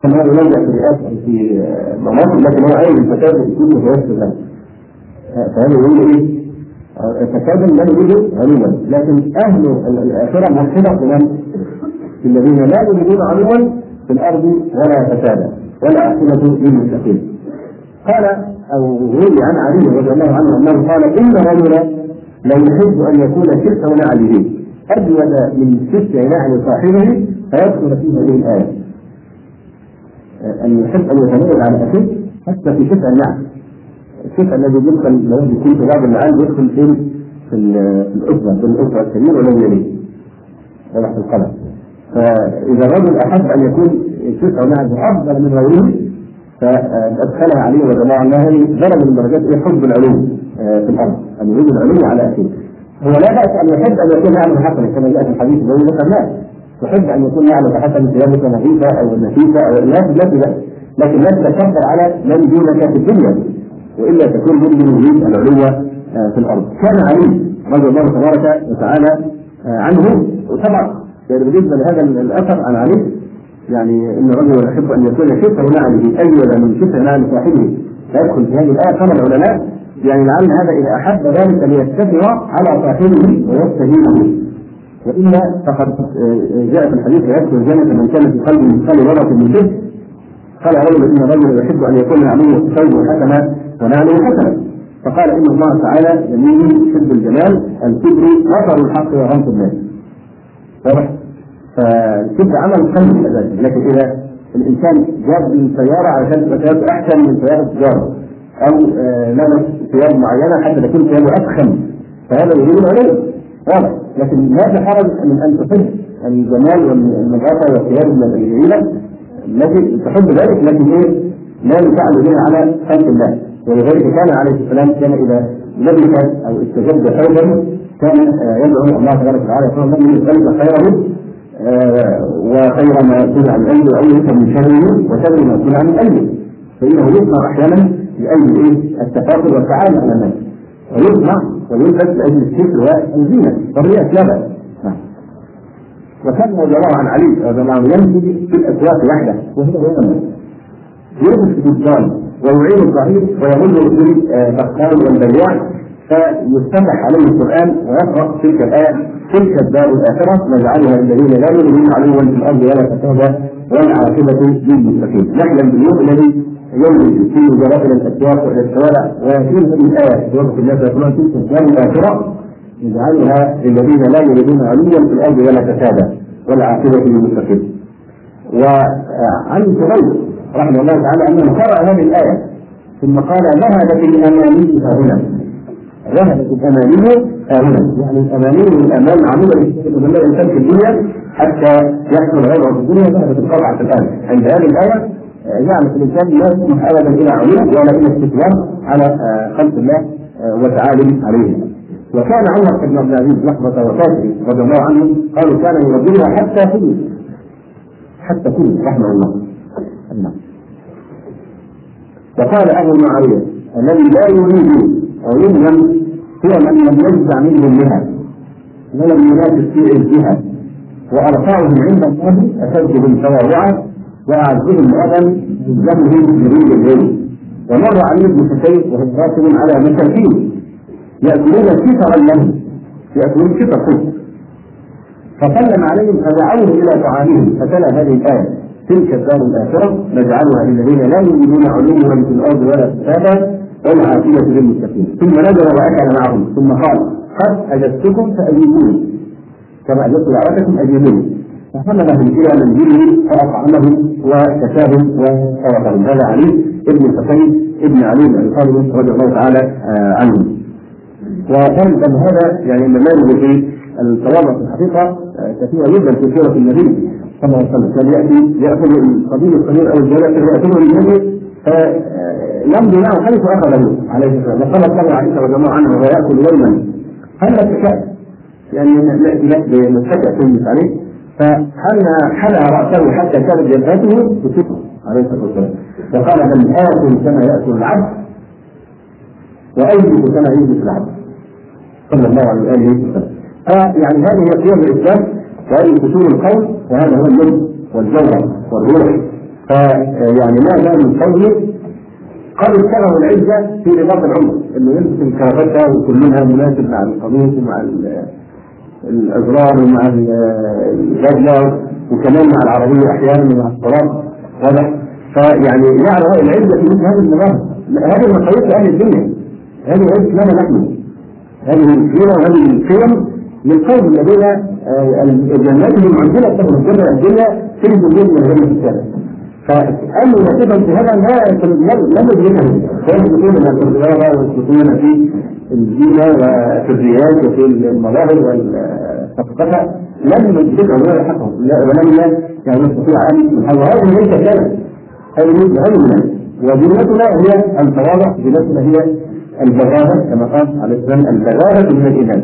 هذا يلجأ في رئاسة في مناصب، لكن هو عايز الفساد يكون متوسط له. فهذا يقول ايه؟ فسادا لا يريد علوا، لكن اهل الاخره موحده كمان الذين لا يريدون علوا في الارض ولا فسادا ولا عاقبه للمتقين. قال او روي عن علي رضي الله عنه انه قال ان رجلا لا يحب ان يكون شرك نعله اجود من شرك نعل صاحبه، فيدخل في هذه الايه ان يحب ان يتميز على اخيه حتى في شرك النعل. الشرك الذي يدخل لو يكون في بعض النعال يدخل في الاسره الكبير والذي يليه وضع في القلم. فاذا الرجل احب ان يكون شرك نعل افضل من غيره فادخلها عليه رضي الله عنه هذه درجه من درجات حب العلو في الارض، ان يريد العلو على اخيه. هو لا باس ان يحب ان يكون نعمه حسنه كما جاء في الحديث الذي ذكرناه، تحب ان يكون نعمه حسنه ثيابك نظيفه او نفيسه او لا بأس، لكن لا تتكبر على من دونك في الدنيا والا تكون مؤمن يريد العلو في الارض. كان علي رضي الله تبارك وتعالى عنه. وطبعا بالنسبه لهذا الاثر عن علي يعني ان الرجل يحب ان يكون شفه نعله اجود من شفه نعل صاحبه فيدخل في هذه الايه. قال العلماء يعني لعل هذا اذا احب ذلك ليستدر على صاحبه ويستهينه، والا فقد جاء في الحديث يدخل الجنه من كان في قلبه مثقال ذره من شرك. قال رجل ان الرجل يحب ان يكون نعله ثوبه حسنا ونعله حسنا، فقال ان الله تعالى جميل يحب الجمال، الكبر بطر الحق وغمط الناس. واضح؟ فالكبر عمل قلبي اساسا، لكن اذا الانسان جاب سياره علشان تكون احسن من سياره التجاره او لبس ثياب معينه حتى تكون ثيابه افخم فهذا يريد عليه. واضح؟ لكن ما في حرج من ان تحب الجمال والنظافه والثياب الجميله التي تحب ذلك، لكن ايه؟ لا يفعل بها على خلق الله. ولذلك كان عليه السلام كان اذا لبس او استجد ثوبا كان يدعو الله تبارك وتعالى يقول لم يسألك خيره وخير ما يكون عن قلبه وايك من شره وشر ما يكون عن قلبه، فانه يصنع احيانا لاجل ايه؟ التفاخر والتعالي على الناس، ويصنع ويلبس لاجل الشكر والزينه والرياء لا بأس. وكان رضي الله عن علي رضي الله عنه يمشي في الاسواق وحده وهو يلبس في الدار ويعين الظهير ويظل بالبقال والبياع فيستفتح عليه القران ويقرا تلك الايه: تلك الدار الاخره نجعلها للذين لا يؤمنون علوا في الارض ولا فسادا والعاقبه للمتقين. نحلم باليوم الذي ينزل فيه الوزراء الى الاسواق والى الشوارع وياتيهم هذه الايه في وقت الناس يقولون تلك الدار الاخره نجعلها للذين لا يريدون علوا في الارض ولا فسادا والعاقبه للمتقين. وعن سهيل رحمه الله تعالى انه قرأ هذه الايه ثم قال: ذهبت الاماني هنا، ذهبت الاماني هنا، يعني الاماني والامان عموما من الانسان في الدنيا حتى يحصل غيره في الدنيا ذهبت القطعه الان. عند هذه الايه يعني الانسان لا يسمح ابدا الى علو ولا الى استكبار على خلق الله وتعالي عليه. وكان عمر بن عبد العزيز لحظه وفاته رضي الله عنه قالوا كان يرددها حتى كل رحمه الله. وقال ابو معاويه: الذي لا يريد او يظلم هو من لم يجزع منهم بها ولم ينافس في عزها، وارفعهم عند الله اشدهم تواضعا واعزهم ابا يلزمهم بريد العلم. ومر علي بن حسين وهو راكب على مساكين ياكلون كثرا له، ياكلون كثر، فسلم عليهم فدعوه الى طعامهم فتلا هذه الايه: تلك الدار الاخره نجعلها للذين لا يريدون علوا في الارض ولا فسادا والعاقبه للمتقين. ثم نزل واكل معهم ثم قال: قد اجبتكم فاجيبوني كما اجبت دعوتكم اجيبوني. فحملهم الى منزله فاطعمهم وكساهم وصرفهم. هذا علي ابن الحسين ابن علي بن ابي طالب رضي الله تعالى عنه. وكان هذا يعني النماذج في التواضع في الحقيقه كثيره جدا في سيره النبي صلى الله عليه وسلم. كان ياخذ القبيل الصغير او الجلال فيأتيه للنبي فيمضي معه حيث اخذه عليه السلام. وقالت له عائشه رضي الله عنها وهو ياكل يوما: هل اتكأ؟ يعني ناتي لك بمتكأ تجلس عليه، فحنى راسه حتى كانت جبهته تسكت عليه الصلاه والسلام. فقال: بل اكل كما ياكل العبد واجلس كما يجلس العبد صلى الله عليه واله وسلم. يعني هذه هي قيم الاسلام وهذه اصول القول، وهذا هو النبي والجوهر والروح فيعني ماذا من قوله قد اشتغلوا العزة في رباط العمر، انه يلبس الكرافتة وكلها مناسب مع القميص ومع الازرار ومع البدلة وكمان مع العربية احيانا ومع الصلاة، واضح؟ فيعني يعرف العزة في مثل هذه المظاهر. هذه مقاييس اهل الدنيا، هذه عزة لنا نحن، هذه القيمة وهذه القيم للقوم الذين جناتهم عندنا تهرب جنة الدنيا تجد الدنيا من غير الكتاب. فأنه يعتبر في هذا لم يدركه، ويثبتون في الرياضة ويثبتون في الزينة وفي الرياض وفي المظاهر والثقافة، لم يدركه ولا يحقه ولم يعني يستطيع أن يحقه. هذه ليس كانت، هذه منها. وزينتنا هي التواضع، زينتنا هي البغاضة كما قال عليه السلام: البغاضة من الإيمان.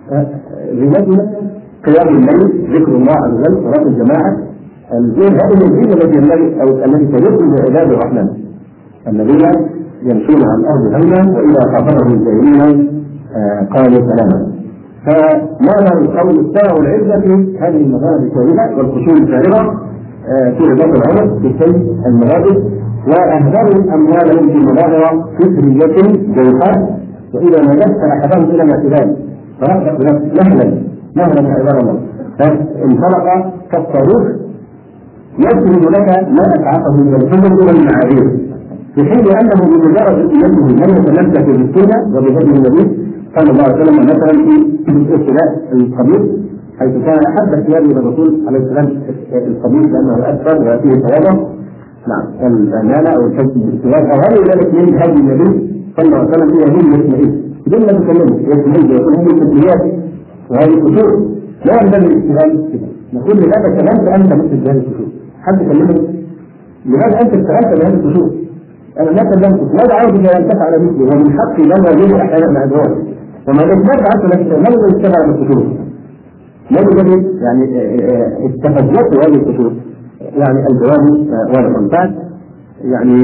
زينتنا قيام الليل، ذكر الله عز وجل، صلاة الجماعة. الزين هذا الزين الذي ينبغي أو الذي سيكون لعباد الرحمن الذين يمشون على الأرض هونا وإذا خاطبهم الجاهلون قالوا سلاما. فماذا القول الساعة والعزة في هذه المظاهر الكاملة والقشور الفارغة في رباط العمر في سيد المرابط، وأهدروا أموالهم في مظاهر فكرية جوهر، وإذا ما يدخل أحدهم إلى الاعتدال فرقت مهلا من عباد الله، فانطلق كالصاروخ يجري لك ما أسعفه من الحزن إلى المعاذير، في حين أنه بمجرد أنه لم يتمسك بالسنة وبهدي النبي صلى الله عليه وسلم، مثلا في ابتلاء القميص، حيث كان أحب الثياب إلى الرسول عليه السلام القميص لأنه أكثر وفيه تواضع، نعم، الأمانة أو الحب بالاستواء، أو غير ذلك من هدي النبي صلى الله عليه وسلم. هي هي اسمه بدون ما تكلمه يسميه يقول هذه التسميات وهذه الكتب لا ينبغي الاستغلال كده. نقول لماذا كلمت أنت مثل هذه الكتب؟ حد كلمني لماذا أنت استغلت بهذه الكتب؟ أنا ما كلمتك، ماذا عاوز أن تفعل مثلي؟ ومن حقي لما يجب أحيانا مع الزواج، وما ماذا فعلت لك؟ ماذا اشتغل بالكتب؟ ماذا يعني استفدت هذه الكتب؟ يعني الجواب واضح. بعد يعني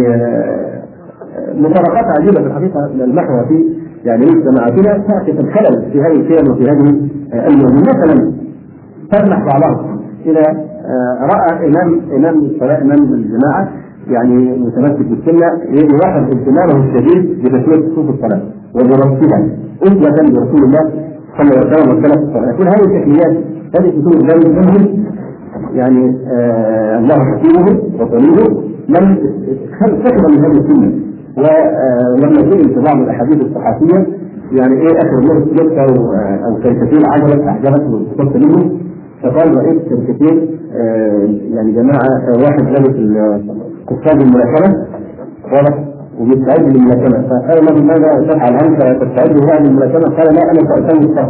مفارقات عجيبة في الحقيقة نلمحها في يعني مجتمعاتنا تعكس الخلل في هذه القيم وفي هذه الموضوع. مثلا تلمح بعضهم إلى رأى إمام الصلاة، إمام الجماعة يعني متمسك بالسنة، يلاحظ اهتمامه الشديد بتسوية صفوف الصلاة وبرتبها أسوة برسول الله صلى الله عليه وسلم والسلف الصالح. يقول هذه التكميات هذه كتب لا يمكن يعني الله حكيمه وطليبه لم تكمل من هذه السنة. ولما سئل في بعض الأحاديث الصحفية يعني إيه آخر نكتة أو كاريكاتير أعجبته واستفدت منه، فقال رئيس كاريكاتير يعني جماعة واحد لابس قفاز الملاكمة واضح وبيستعد للملاكمة، فقال له ماذا تفعل أنت تستعد لهذه الملاكمة؟ قال لا أنا سأسوي الصف.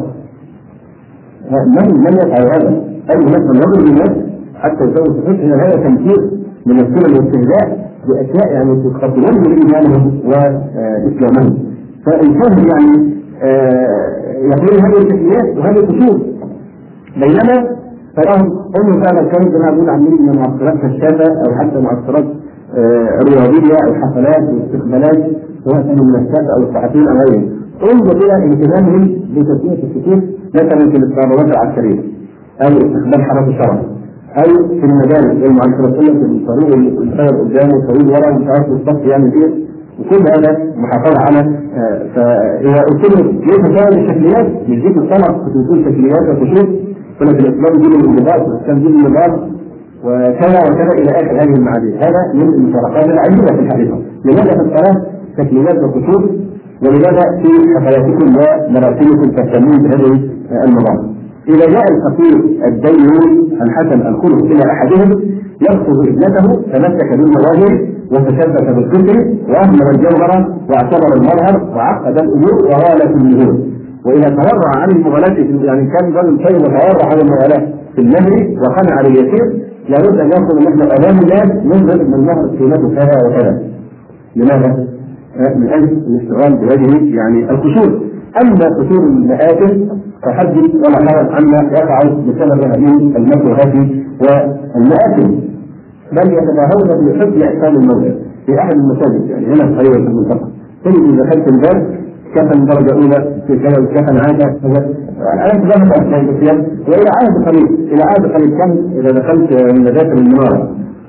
من يفعل هذا؟ أي من يضرب الناس حتى يسوي الصفوف؟ إن هذا تمثيل من السنة والاستهزاء بأشياء يعني تخاطبون بإيمانهم وإسلامهم. فالإنسان يعني يقول هذه التكميات وهذه الكتب، بينما تراهم هم فعلا كانوا كما يقول عاملين من معسكرات كشافة أو حتى معسكرات رياضية أو حفلات واستقبالات سواء كانوا من الشافة أو الصحفيين أو غيرهم. انظر إلى اهتمامهم بتسمية الكتب مثلا في الاستعراضات العسكرية أو استقبال حرس الشرع أو في المدارس والمعسكرات في الطريق الخير قدامه الطريق ورا مش عارف الصف يعمل إيه، وكل هذا محافظة على إذا قلت له ليه تساوي الشكليات مش دي الصلاة كنت بتقول شكليات وكشوف كنا في الإسلام دين الانضباط والإسلام دين النظام وكذا وكذا إلى آخر هذه المعادير. هذا من المفارقات العجيبة في الحقيقة. لماذا في الصلاة تكميلات وكشوف ولماذا في حفلاتكم ومراسمكم تهتمون بهذه المظاهر؟ إذا جاء الفقير الدين الحسن الخلق إلى أحدهم يرفض ابنته تمسك بالمظاهر وتشبك بالكفر وأهمل الجوهر واعتبر المظهر وعقد الأمور وغال في النهور. وإذا تورع عن المغالاة يعني كان رجل طيب وتورع عن المغالاة في النهر وخنع لليسير لابد أن يأخذ نحن أمام الناس ننظر من نهر قيمته كذا وكذا. لماذا؟ من أجل الاشتغال بهذه يعني القشور. أما قشور المآكل فحدث ولا حرج عما يقع بسبب هذه المكروهات والمآكل، بل يتباهون بحسن إحسان المولى في أحد المساجد يعني هنا في قرية المنطقة تجد إذا دخلت الباب كفن درجة أولى في كذا وكفن عادة أنا تجاهد أحسن الصيام وإلى عهد قريب كم إذا دخلت من ذات المنارة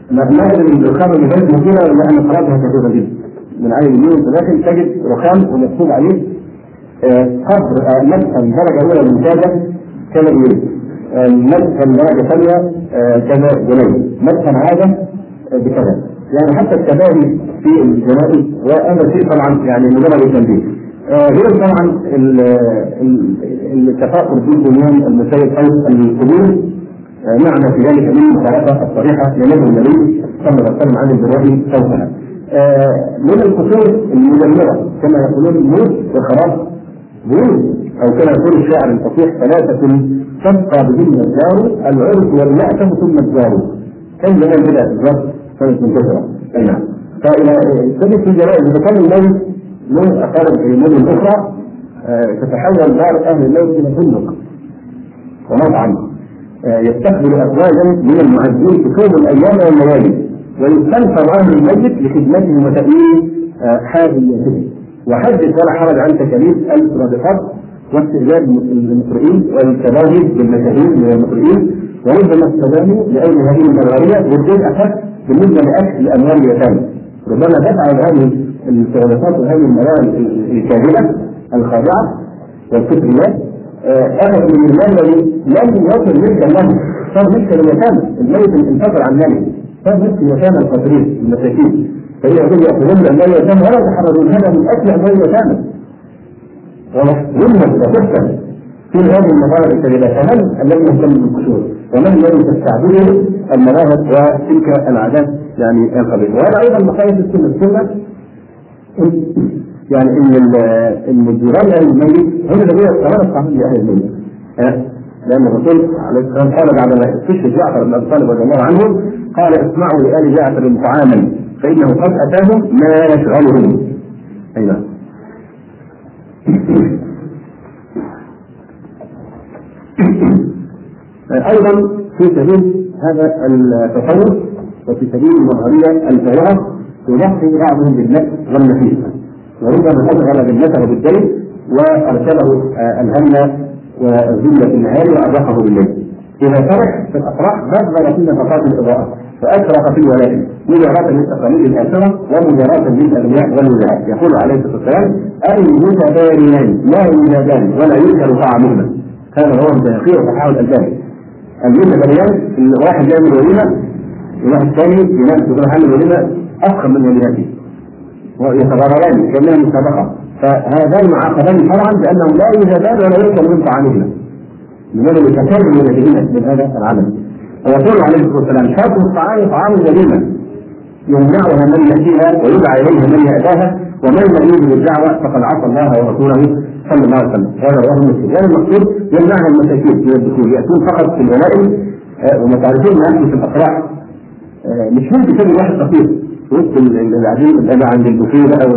نجد الرخام اللي بين كده لان قرارها كثيره جدا من عين اليمين في داخل تجد رخام ومكتوب عليه قدر مدخل درجه اولى ممتازه كذا جنيه، مدخل درجه ثانيه كذا جنيه، مدخل هذا بكذا. يعني حتى التباهي في الجنائز وهذا شيء طبعا يعني مجرد التنبيه. غير طبعا التفاؤل بالبنيان المسير او القبور معنى في ذلك من المخالفه الصريحه لنبي النبي صلى الله عليه وسلم عن البراء سوفها. من القصور المدمره كما يقولون موت وخراب بيوت، او كما يقول الشاعر الفصيح ثلاثه تبقى بهن الدار العرس والمأتم ثم الدار. كم زمان بدأ بالضبط سنة منتشرة. أي نعم. فإلى سنة الجرائم إذا كان الموت له أقارب في مدن أخرى تتحول دار أهل الموت إلى فندق ومطعم يستقبل أزواجا من المعزين في طول الأيام والليالي، ويستنفر أهل الميت لخدمتهم وتأمين حاجياتهم. وحدث ولا حرج عن تكاليف الرادقات واستئجار المقرئين والتباهي بالمشاهير من المقرئين، وربما استداموا لأجل هذه المغارية والشيء أخف بالنسبة لأكل أموال اليتامى. ربما تفعل هذه الرادقات وهذه المواد الكاذبة الخاضعة والكفريات أخذ من المال الذي لم يصل ملكا له، صار ملكا لليتامى، الميت انفصل عن ماله، صار ملك اليتامى الفقيرين المساكين، فهي يقول يأخذون أموال اليتامى ولا يتحررون هذا من أكل أموال اليتامى. ظلمت وتحسن في هذه المظاهر الكبيرة. فمن الذي يهتم بالقشور؟ ومن الذي تستعبده المظاهر وتلك العادات يعني الخبيثة؟ وهذا أيضا مخالف السنة يعني إن الجيران أهل الميت هم الذين يستمرون الطعام لأهل الميت. لأن الرسول عليه السلام قال بعد ما استشهد جعفر بن أبي طالب رضي الله عنه قال اصنعوا لآل جعفر طعاما فإنه قد أتاهم ما يشغلهم. أي نعم. أيضا في سبيل هذا التصور وفي سبيل المظهرية الفارغة يضحي بعضهم بالنفس والنفيس، وربما أشغل بالنفس وبالدين وأرسله الهم والذل في النهار وأرهقه بالليل. إذا فرح في الأفراح بذل في نفقات الإضاءة فأشرق في الولائم مجاراة للتقاليد الآخرة ومجاراة للأغنياء والوجهاء. يقول عليه الصلاة والسلام المتباريان لا يجادان ولا يؤكل طعامهما. هذا هو البيهقي وصححه الألباني. المتباريان الواحد يعمل وليمة الواحد الثاني ينافس عن الوليمة أفخم من وليمته ويتضارران كأنها مسابقة، فهذان معاقبان شرعا بأنهم لا يجادان ولا يؤكل من طعامهما لماذا يتكلم من من هذا العمل. ويقول عليه الصلاة والسلام شرط الطعام طعام الوليمة يمنعها من يأتيها ويدعى إليها من يأتاها ومن يريد بالدعوة فقد عصى الله ورسوله صلى الله عليه وسلم. هذا رواه مسلم. هذا المقصود يمنعها المساكين من الدخول، يأتون فقط في الولائم وما تعرفون ما في الأفراح. مش ممكن تجد واحد فقير وسط العجين الأبى عند البوفيه بقى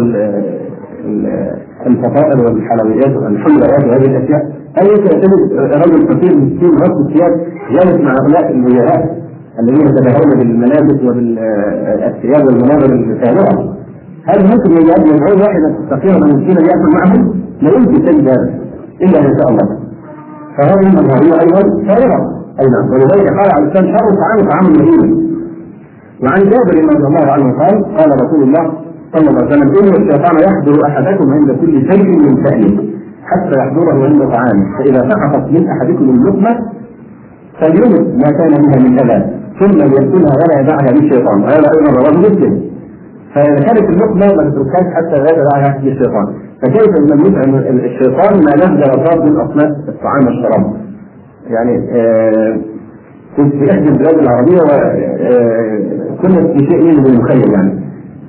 والفطائر والحلويات والحلويات وهذه الأشياء. أي تجد رجل فقير مسكين غصب الثياب جالس مع هؤلاء الوجهاء الذين يتباهون بالملابس وبالثياب والمناظر الفارغة. هل ممكن يدعون واحدا فقيرا مسكينا يأكل معهم؟ لا يمكن تجد هذا إلا إن شاء الله. فهذه المظاهر أيضا فارغة. أي نعم. ولذلك قال عليه السلام شر طعام المدينة. وعن جابر رضي الله عنه قال رسول الله صلى الله عليه وسلم إن الشيطان يحضر أحدكم عند كل شيء من شأنه حتى يحضره عند طعامه، فإذا سقطت من أحدكم اللقمة فليمت ما كان منها من أذى ثم ليأكلها ولا يدعها للشيطان. هذا أيضا رواه مسلم. فإذا كانت اللقمة ما تتركهاش حتى لا يدعها للشيطان، فكيف لم يطعم الشيطان ما نزل وصار من أصناف الطعام والشراب. يعني كنت في إحدى البلاد العربية وكنا في شيء من المخيل يعني،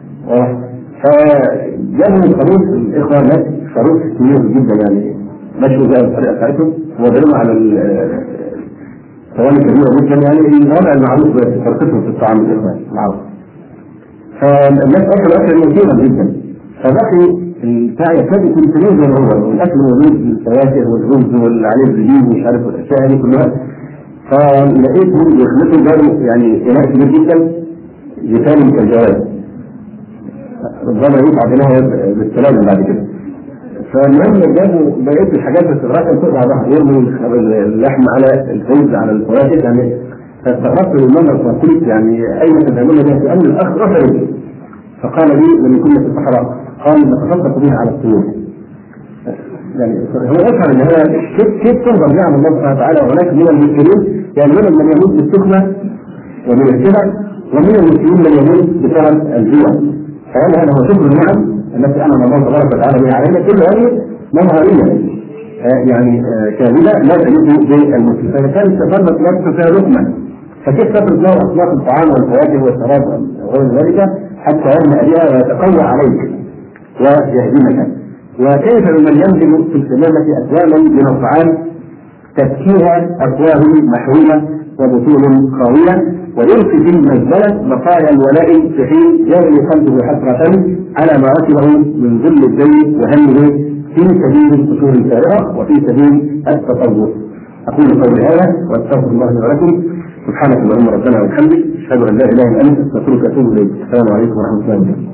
فجابوا خروف الإخوة ناس خروف كبير جدا يعني مشوا زي الطريقة بتاعتهم وضربوا على ثواني كبيرة جدا يعني الوضع المعروف بفرقتهم في الطعام الإخوة العرب. فالناس أكل يسيرا جدا، فبقي البتاع يكاد يكون كبير زي ما هو، والأكل موجود الفواكه والرز والعليه الزبيب ومش عارف الأشياء هذه كلها. فلقيتهم يخلطوا جابوا يعني إناء كبير جدا يتالي كالجواب ربما يقع بينها بالسلام بعد كده. فالمهم جابوا بقيت الحاجات باستغراق فوق بعضها، يرموا اللحم على الخبز على الفواكه يعني فاستغربت للمنظر فقلت يعني اين تذهبون بها؟ لان الاخ رفض. فقال لي لم يكن في الصحراء، قال نتصدق بها على الطيور. يعني هو يفهم ان هذا كيف تنظر نعم الله سبحانه وتعالى. وهناك من المسلمين يعني من يموت بالسخنه ومن الكبر، ومن المسلمين من يموت بسبب الجوع. فهل هذا هو شكر النعم التي انعم الله تبارك وتعالى بها علينا؟ كل هذه مظهريه يعني كامله لا تليق بالمسلم. فاذا كانت تفرق نفسه فيها لقمه، فكيف تفرق له اصناف الطعام والفواكه والشراب وغير ذلك حتى يرمى بها ويتقوى عليك ويهدمك؟ وكيف بمن ينزل في السلامه اكواما من الطعام تبكيها افواه محرومه وبطون خاويه، ويلقي في المزبله بقايا الولاء في حين يغلي قلبه حسره على ما ركبه من ذل الدين وهمه في سبيل الأصول الفارغة وفي سبيل التطور. أقول قولي هذا وأستغفر الله لي ولكم. سبحانك اللهم ربنا وبحمدك، أشهد أن لا إله إلا أنت، أستغفرك وأتوب إليك. السلام عليكم ورحمة الله وبركاته.